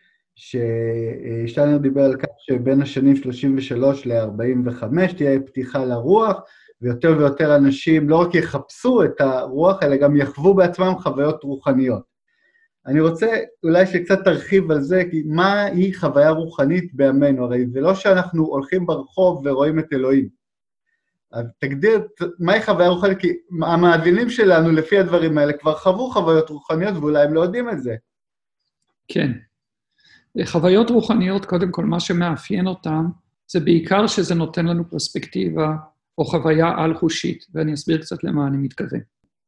ששטיינר דיבר על כך שבין השנים שלושים ושלוש ל-ארבעים וחמש תהיה פתיחה לרוח, ויותר ויותר אנשים לא רק יחפשו את הרוח, אלא גם יחוו בעצמם חוויות רוחניות. אני רוצה אולי שקצת תרחיב על זה, כי מה היא חוויה רוחנית בימינו? הרי זה לא שאנחנו הולכים ברחוב ורואים את אלוהים. אז תגדיר, מהי חוויה רוחנית? כי המאזינים שלנו, לפי הדברים האלה, כבר חוו חוויות רוחניות, ואולי הם לא יודעים את זה. כן. חוויות רוחניות, קודם כל, מה שמאפיין אותם, זה בעיקר שזה נותן לנו פרספקטיבה או חוויה על-חושית, ואני אסביר קצת למה אני מתכוון.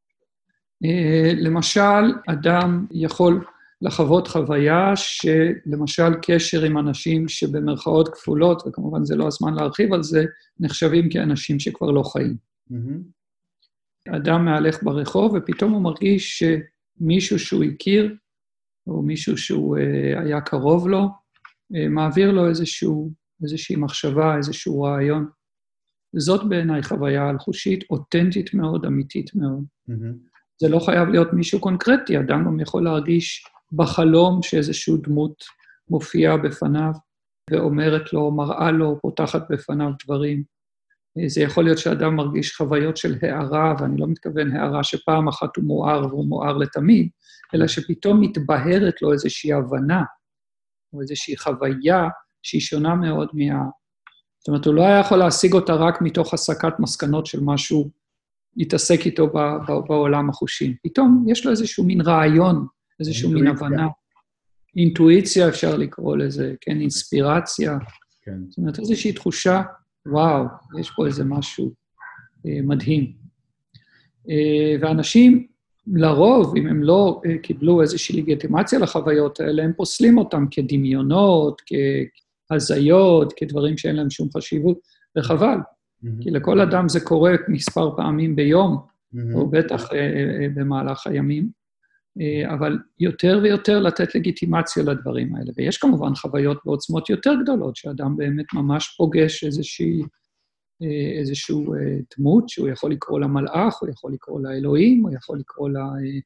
למשל, אדם יכול לחוות חוויה שלמשל קשר עם אנשים שבמרכאות כפולות, וכמובן זה לא הזמן להרחיב על זה, נחשבים כאנשים שכבר לא חיים. Mm-hmm. אדם מהלך ברחוב ופתאום הוא מרגיש שמישהו שהוא הכיר, או מישהו שהוא היה קרוב לו, מעביר לו איזשהו, איזושהי מחשבה, איזשהו רעיון. זאת בעיניי חוויה על-חושית, אותנטית מאוד, אמיתית מאוד. Mm-hmm. זה לא חייב להיות מישהו קונקרטי, אדם גם יכול להרגיש בחלום שאיזשהו דמות מופיעה בפניו, ואומרת לו, מראה לו, פותחת בפניו דברים. זה יכול להיות שאדם מרגיש חוויות של הערה, ואני לא מתכוון הערה שפעם אחת הוא מואר והוא מואר לתמיד, אלא שפתאום מתבהרת לו איזושהי הבנה, או איזושהי חוויה שהיא שונה מאוד מה... זאת אומרת, הוא לא היה יכול להשיג אותה רק מתוך הסקת מסקנות של משהו, להתעסק איתו בעולם החושים. פתאום יש לו איזשהו מין רעיון, איזשהו מין הבנה. אינטואיציה אפשר לקרוא לזה, כן, אינספירציה. כן. זאת אומרת, איזושהי תחושה, וואו, יש פה איזה משהו אה, מדהים. אה, ואנשים, לרוב, אם הם לא אה, קיבלו איזושהי לגיטימציה לחוויות האלה, הם פוסלים אותם כדמיונות, כהזיות, כדברים שאין להם שום חשיבות, וחבל. כי לכל אדם זה קורה מספר פעמים ביום, או בטח במהלך הימים, אבל יותר ויותר לתת לגיטימציה לדברים האלה. ויש כמובן חוויות בעוצמות יותר גדולות, שאדם באמת ממש פוגש איזושהי, איזשהו דמות, שהוא יכול לקרוא לה מלאך, הוא יכול לקרוא לה אלוהים, הוא יכול לקרוא לה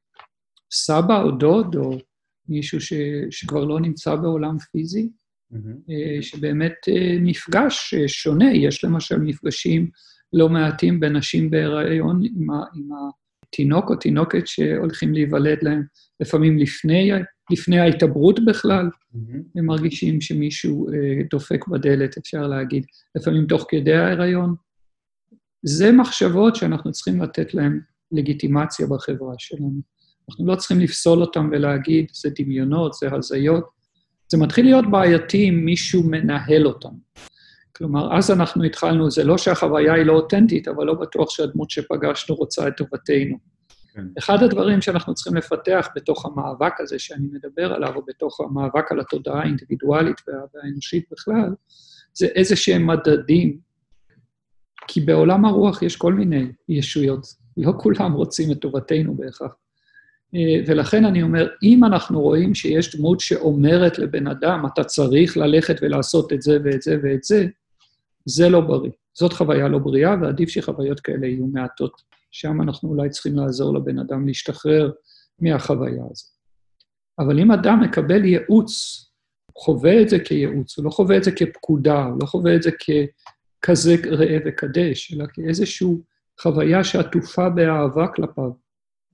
סבא או דוד, או מישהו ש, שכבר לא נמצא בעולם פיזי, שבאמת מפגש שונה, יש למשל מפגשים לא מעטים בין נשים בהיריון עם, ה, עם התינוק או תינוקת שהולכים להיוולד להם, לפעמים לפני, לפני ההתעברות בכלל, הם מרגישים שמישהו דופק בדלת, אפשר להגיד, לפעמים תוך כדי ההיריון. זה מחשבות שאנחנו צריכים לתת להם לגיטימציה בחברה שלנו. אנחנו לא צריכים לפסול אותם ולהגיד, זה דמיונות, זה הזיות, זה מתחיל להיות בעייתי אם מישהו מנהל אותם. כלומר, אז אנחנו התחלנו, זה לא שהחוויה היא לא אותנטית, אבל לא בטוח שהדמות שפגשנו רוצה את טובתנו. כן. אחד הדברים שאנחנו צריכים לפתח בתוך המאבק הזה שאני מדבר עליו, או בתוך המאבק על התודעה האינדיבידואלית והאנושית בכלל, זה איזה שהם מדדים, כי בעולם הרוח יש כל מיני ישויות, לא כולם רוצים את טובתנו בהכרח. ולכן אני אומר, אם אנחנו רואים שיש דמות שאומרת לבן אדם, אתה צריך ללכת ולעשות את זה ואת זה ואת זה, זה לא בריא. זאת חוויה לא בריאה, ועדיף שחוויות כאלה יהיו מעטות. שם אנחנו אולי צריכים לעזור לבן אדם להשתחרר מהחוויה הזאת. אבל אם אדם מקבל ייעוץ, חווה את זה כייעוץ, הוא לא חווה את זה כפקודה, הוא לא חווה את זה ככזה ראה וקדש, אלא כאיזושהי חוויה שעטופה באהבה כלפיו,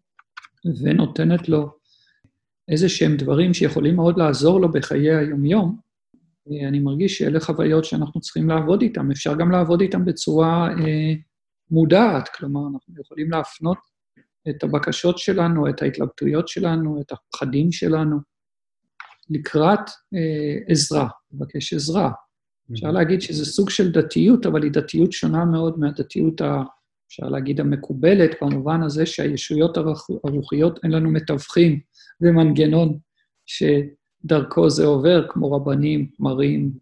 ונותנת לו איזה שהם דברים שיכולים מאוד לעזור לו בחיי היומיום, אני מרגיש שאלה חוויות שאנחנו צריכים לעבוד איתם. אפשר גם לעבוד איתם בצורה אה, מודעת, כלומר, אנחנו יכולים להפנות את הבקשות שלנו, את ההתלבטויות שלנו, את הפחדים שלנו, לקראת אה, עזרה, לבקש עזרה. אפשר להגיד שזה סוג של דתיות, אבל היא דתיות שונה מאוד מהדתיות ה... אפשר להגיד המקובלת, במובן הזה שהישויות הרוחיות אין לנו מתווכים ומנגנון שדרכו זה עובר, כמו רבנים, מרים,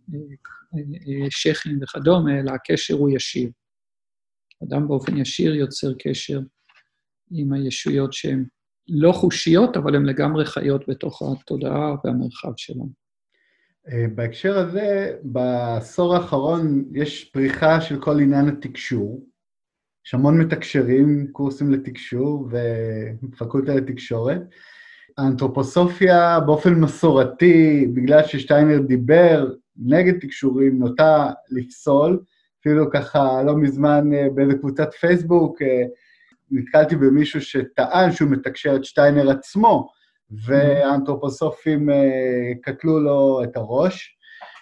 שכים וכדומה, אלא הקשר הוא ישיר. אדם באופן ישיר יוצר קשר עם הישויות שהן לא חושיות, אבל הן לגמרי חיות בתוך התודעה והמרחב שלנו. בהקשר הזה, בעשור האחרון יש פריחה של כל עניין התקשור, יש המון מתקשרים, קורסים לתקשור ופקולטה לתקשורת. האנתרופוסופיה באופן מסורתי, בגלל ששטיינר דיבר נגד תקשורים, נוטה לפסול, אפילו ככה לא מזמן באיזה קבוצת פייסבוק, נתקלתי במישהו שטען שהוא מתקשר את שטיינר עצמו, והאנתרופוסופים קטלו לו את הראש.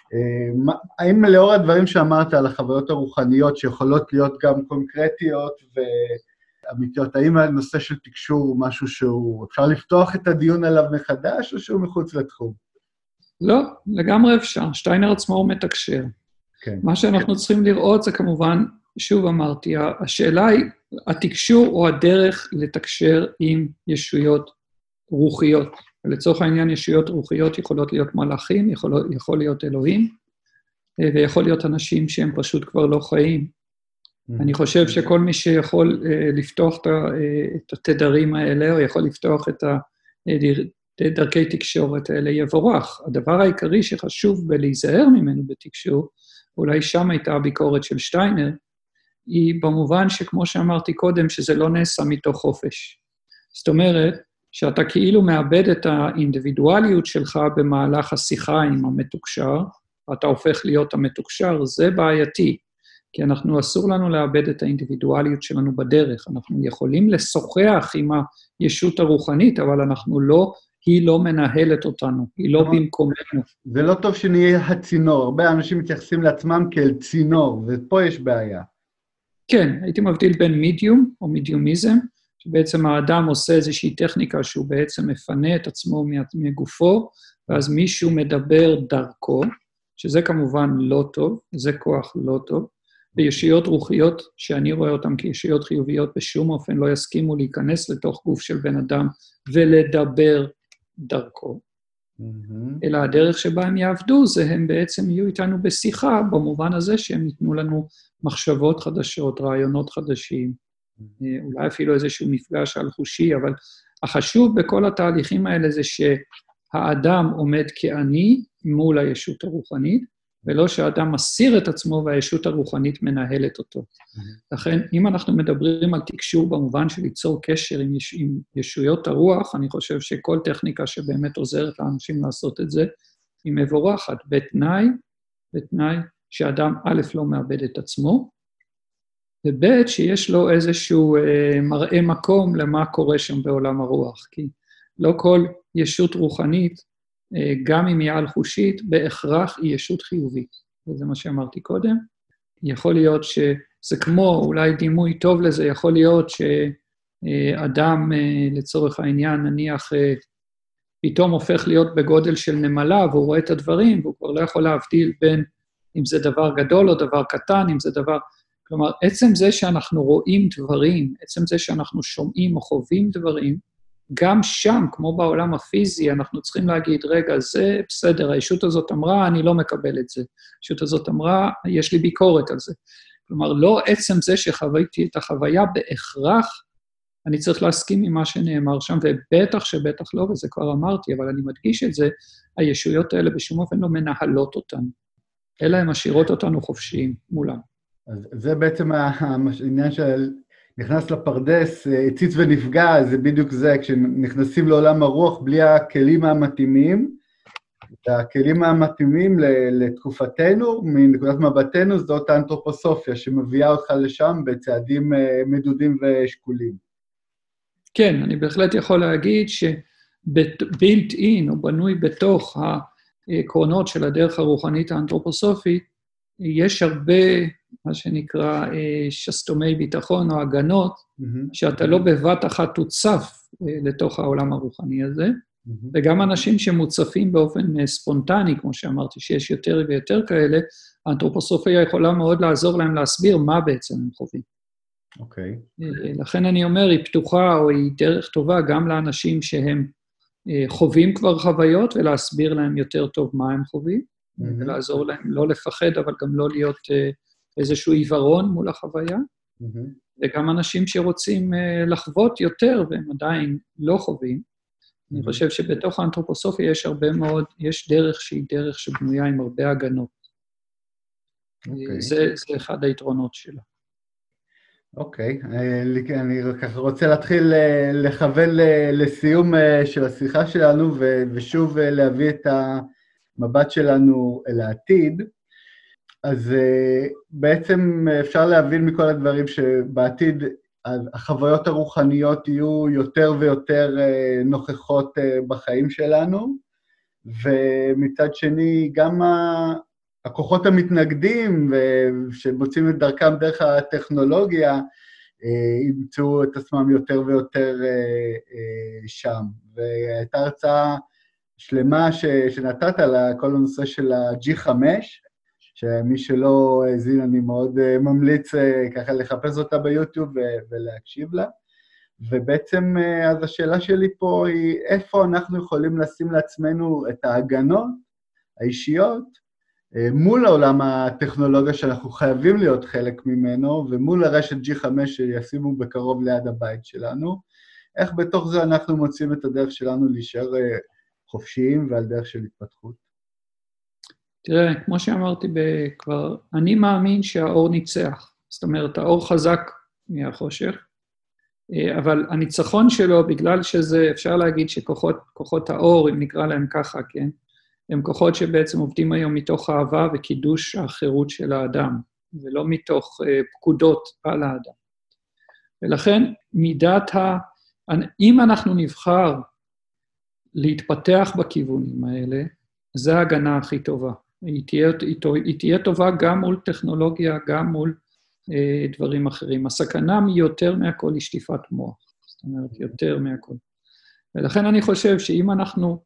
האם לאור הדברים שאמרת על החוויות הרוחניות, שיכולות להיות גם קונקרטיות ואמיתיות, האם הנושא של תקשור הוא משהו שהוא, אפשר לפתוח את הדיון עליו מחדש, או שהוא מחוץ לתחום? לא, לגמרי אפשר. שטיינר עצמו הוא מתקשר. כן. מה שאנחנו צריכים לראות זה כמובן, שוב אמרתי, השאלה היא, התקשור או הדרך לתקשר עם ישויות רוחיות. ולצורך העניין, ישויות רוחיות יכולות להיות מלאכים, יכול, יכול להיות אלוהים, ויכול להיות אנשים שהם פשוט כבר לא חיים. אני חושב שכל מי שיכול לפתוח את התדרים האלה, או יכול לפתוח את דרכי תקשורת האלה, יבורך. הדבר העיקרי שחשוב בלהיזהר ממנו בתקשור, אולי שם הייתה הביקורת של שטיינר, היא במובן שכמו שאמרתי קודם, שזה לא נעשה מתוך חופש. זאת אומרת, שאתה כאילו מאבד את האינדיבידואליות שלך במהלך השיחה עם המתוקשר, ואתה הופך להיות המתוקשר, זה בעייתי, כי אנחנו אסור לנו לאבד את האינדיבידואליות שלנו בדרך, אנחנו יכולים לשוחח עם הישות הרוחנית, אבל אנחנו לא, היא לא מנהלת אותנו, היא לא במקומנו. זה לא טוב שנהיה הצינור, הרבה אנשים מתייחסים לעצמם כאל צינור, ופה יש בעיה. כן, הייתי מבדיל בין מידיום או מידיומיזם, שבעצם האדם עושה איזושהי טכניקה שהוא בעצם מפנה את עצמו מגופו, ואז מישהו מדבר דרכו, שזה כמובן לא טוב, זה כוח לא טוב, וישויות רוחיות, שאני רואה אותן כישויות חיוביות, בשום אופן לא יסכימו להיכנס לתוך גוף של בן אדם ולדבר דרכו. Mm-hmm. אלא הדרך שבה הם יעבדו, זה הם בעצם יהיו איתנו בשיחה, במובן הזה שהם ייתנו לנו מחשבות חדשות, רעיונות חדשים, mm-hmm. אולי אפילו איזשהו מפגש על חושי, אבל החשוב בכל התהליכים האלה זה שהאדם עומד כאני מול הישות הרוחנית, ולא שהאדם מסיר את עצמו והישות הרוחנית מנהלת אותו. Mm-hmm. לכן, אם אנחנו מדברים על תקשור במובן של ליצור קשר עם, יש, עם ישויות הרוח, אני חושב שכל טכניקה שבאמת עוזרת לאנשים לעשות את זה, היא מבורכת, בתנאי, בתנאי שאדם א' לא מאבד את עצמו, וב' שיש לו איזשהו אה, מראה מקום למה קורה שם בעולם הרוח, כי לא כל ישות רוחנית, גם אם היא על חושית, בהכרח היא ישות חיובית. וזה מה שאמרתי קודם. יכול להיות שזה כמו, אולי דימוי טוב לזה, יכול להיות שאדם לצורך העניין, נניח, פתאום הופך להיות בגודל של נמלה, והוא רואה את הדברים, והוא כבר לא יכול להבדיל בין אם זה דבר גדול או דבר קטן, אם זה דבר... כלומר, עצם זה שאנחנו רואים דברים, עצם זה שאנחנו שומעים או חווים דברים, גם שם, כמו בעולם הפיזי, אנחנו צריכים להגיד, רגע, זה בסדר, הישות הזאת אמרה, אני לא מקבל את זה. הישות הזאת אמרה, יש לי ביקורת על זה. כלומר, לא עצם זה שחוויתי את החוויה, בהכרח אני צריך להסכים עם מה שנאמר שם, ובטח שבטח לא, וזה כבר אמרתי, אבל אני מדגיש את זה, הישויות האלה בשום אופן לא מנהלות אותנו, אלא הן משאירות אותנו חופשיים מולם. אז זה בעצם העניין של... נכנס לפרדס, הציץ ונפגע, זה בדיוק זה, כשנכנסים לעולם הרוח בלי הכלים המתאימים, הכלים המתאימים לתקופתנו, מנקודת מבטנו, זאת האנתרופוסופיה, שמביאה אותך לשם בצעדים מדודים ושקולים. כן, אני בהחלט יכול להגיד שבילט אין, או בנוי בתוך העקרונות של הדרך הרוחנית האנתרופוסופית, יש הרבה... מה שנקרא שסתומי ביטחון או הגנות, mm-hmm. שאתה לא בבת אחת תוצף לתוך העולם הרוחני הזה, mm-hmm. וגם אנשים שמוצפים באופן ספונטני, כמו שאמרתי, שיש יותר ויותר כאלה, האנתרופוסופיה יכולה מאוד לעזור להם להסביר מה בעצם הם חווים. אוקיי. Okay. לכן אני אומר, היא פתוחה או היא דרך טובה גם לאנשים שהם חווים כבר חוויות, ולהסביר להם יותר טוב מה הם חווים, mm-hmm. ולעזור להם לא לפחד, אבל גם לא להיות... איזשהו עיוורון מול החוויה, mm-hmm. וגם אנשים שרוצים uh, לחוות יותר, והם עדיין לא חווים. Mm-hmm. אני חושב שבתוך האנתרופוסופיה יש הרבה מאוד, יש דרך שהיא דרך שבנויה עם הרבה הגנות. Okay. זה, זה אחד היתרונות שלה. אוקיי, okay. אני ככה רוצה להתחיל לכוון לסיום של השיחה שלנו, ושוב להביא את המבט שלנו אל העתיד. אז בעצם אפשר להבין מכל הדברים שבעתיד החוויות הרוחניות יהיו יותר ויותר נוכחות בחיים שלנו, ומצד שני גם הכוחות המתנגדים שמוצאים את דרכם דרך הטכנולוגיה, ימצאו את עצמם יותר ויותר שם. והייתה הרצאה שלמה שנתת על כל הנושא של ה-ג'י חמש, שמי שלא האזין, אני מאוד ממליץ ככה לחפש אותה ביוטיוב ולהקשיב לה. ובעצם אז השאלה שלי פה היא, איפה אנחנו יכולים לשים לעצמנו את ההגנות האישיות, מול העולם הטכנולוגיה שאנחנו חייבים להיות חלק ממנו, ומול הרשת ג'י חמש שישימו בקרוב ליד הבית שלנו, איך בתוך זה אנחנו מוצאים את הדרך שלנו להישאר חופשיים ועל דרך של התפתחות? תראה, כמו שאמרתי כבר, אני מאמין שהאור ניצח. זאת אומרת, האור חזק מהחושך, אבל הניצחון שלו, בגלל שזה, אפשר להגיד שכוחות כוחות האור, אם נקרא להם ככה, כן? הם כוחות שבעצם עובדים היום מתוך אהבה וקידוש החירות של האדם, ולא מתוך פקודות על האדם. ולכן, מידת ה... אם אנחנו נבחר להתפתח בכיוונים האלה, זה ההגנה הכי טובה. היא תהיה, היא תהיה טובה גם מול טכנולוגיה, גם מול אה, דברים אחרים. הסכנה היא יותר מהכל היא שטיפת מוח. זאת אומרת, יותר מהכל. ולכן אני חושב שאם אנחנו,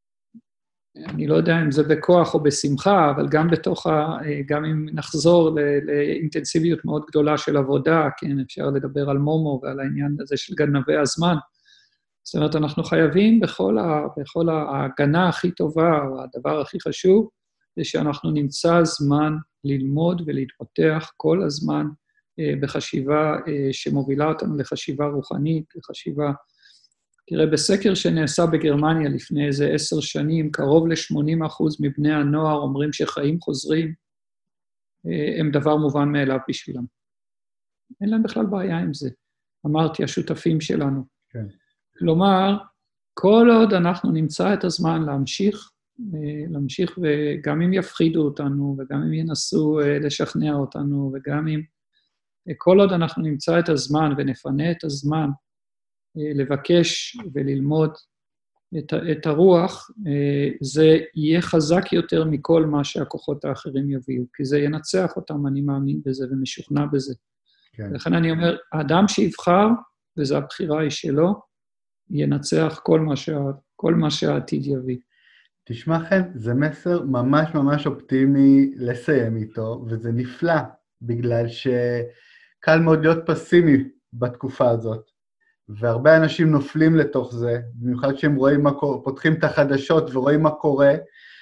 אני לא יודע אם זה בכוח או בשמחה, אבל גם בתוך ה... גם אם נחזור לאינטנסיביות מאוד גדולה של עבודה, כן, אפשר לדבר על מומו ועל העניין הזה של גנבי הזמן, זאת אומרת, אנחנו חייבים בכל, ה, בכל ההגנה הכי טובה, או הדבר הכי חשוב, זה שאנחנו נמצא זמן ללמוד ולהתפתח כל הזמן אה, בחשיבה אה, שמובילה אותנו לחשיבה רוחנית, לחשיבה... תראה, בסקר שנעשה בגרמניה לפני איזה עשר שנים, קרוב ל-שמונים אחוז מבני הנוער אומרים שחיים חוזרים, אה, הם דבר מובן מאליו בשבילם. אין להם בכלל בעיה עם זה. אמרתי, השותפים שלנו. כן. כלומר, כל עוד אנחנו נמצא את הזמן להמשיך, להמשיך וגם אם יפחידו אותנו, וגם אם ינסו לשכנע אותנו, וגם אם כל עוד אנחנו נמצא את הזמן ונפנה את הזמן לבקש וללמוד את, את הרוח, זה יהיה חזק יותר מכל מה שהכוחות האחרים יביאו, כי זה ינצח אותם, אני מאמין בזה ומשוכנע בזה. כן. לכן אני אומר, האדם שיבחר, וזו הבחירה היא שלו, ינצח כל מה, שה, כל מה שהעתיד יביא. תשמע כן, זה מסר ממש ממש אופטימי לסיים איתו, וזה נפלא, בגלל שקל מאוד להיות פסימי בתקופה הזאת, והרבה אנשים נופלים לתוך זה, במיוחד שהם רואים מה קורה, פותחים את החדשות ורואים מה קורה,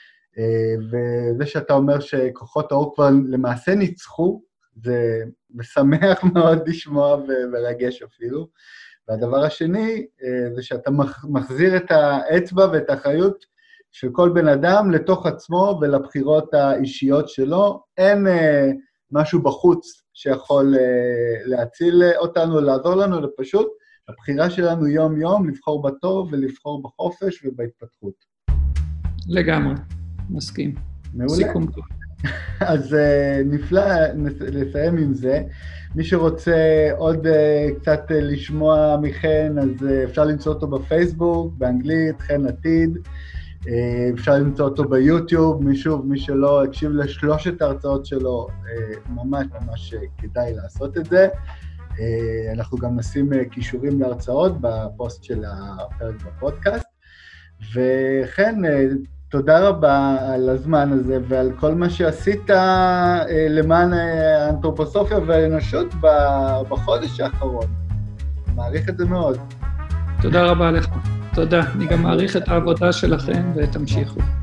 וזה שאתה אומר שכוחות האור כבר למעשה ניצחו, זה משמח מאוד לשמוע ורגש אפילו, והדבר השני, זה שאתה מחזיר את האצבע ואת האחריות של כל בן אדם לתוך עצמו ולבחירות האישיות שלו. אין משהו בחוץ שיכול להציל אותנו, לעזור לנו, זה פשוט הבחירה שלנו יום-יום, לבחור בטוב ולבחור בחופש ובהתפתחות. לגמרי, מסכים. מעולה. סיכום טוב. אז נפלא לסיים עם זה. מי שרוצה עוד קצת לשמוע מכן, אז אפשר למצוא אותו בפייסבוק, באנגלית, חן עתיד. אפשר למצוא אותו ביוטיוב, מי שוב, מי שלא הקשיב לשלושת ההרצאות שלו, ממש ממש כדאי לעשות את זה. אנחנו גם נשים קישורים להרצאות בפוסט של הפרק בפודקאסט. וכן, תודה רבה על הזמן הזה ועל כל מה שעשית למען האנתרופוסופיה והאנושות בחודש האחרון. מעריך את זה מאוד. תודה רבה לך. תודה. אני גם מעריך את העבודה שלכם ותמשיכו.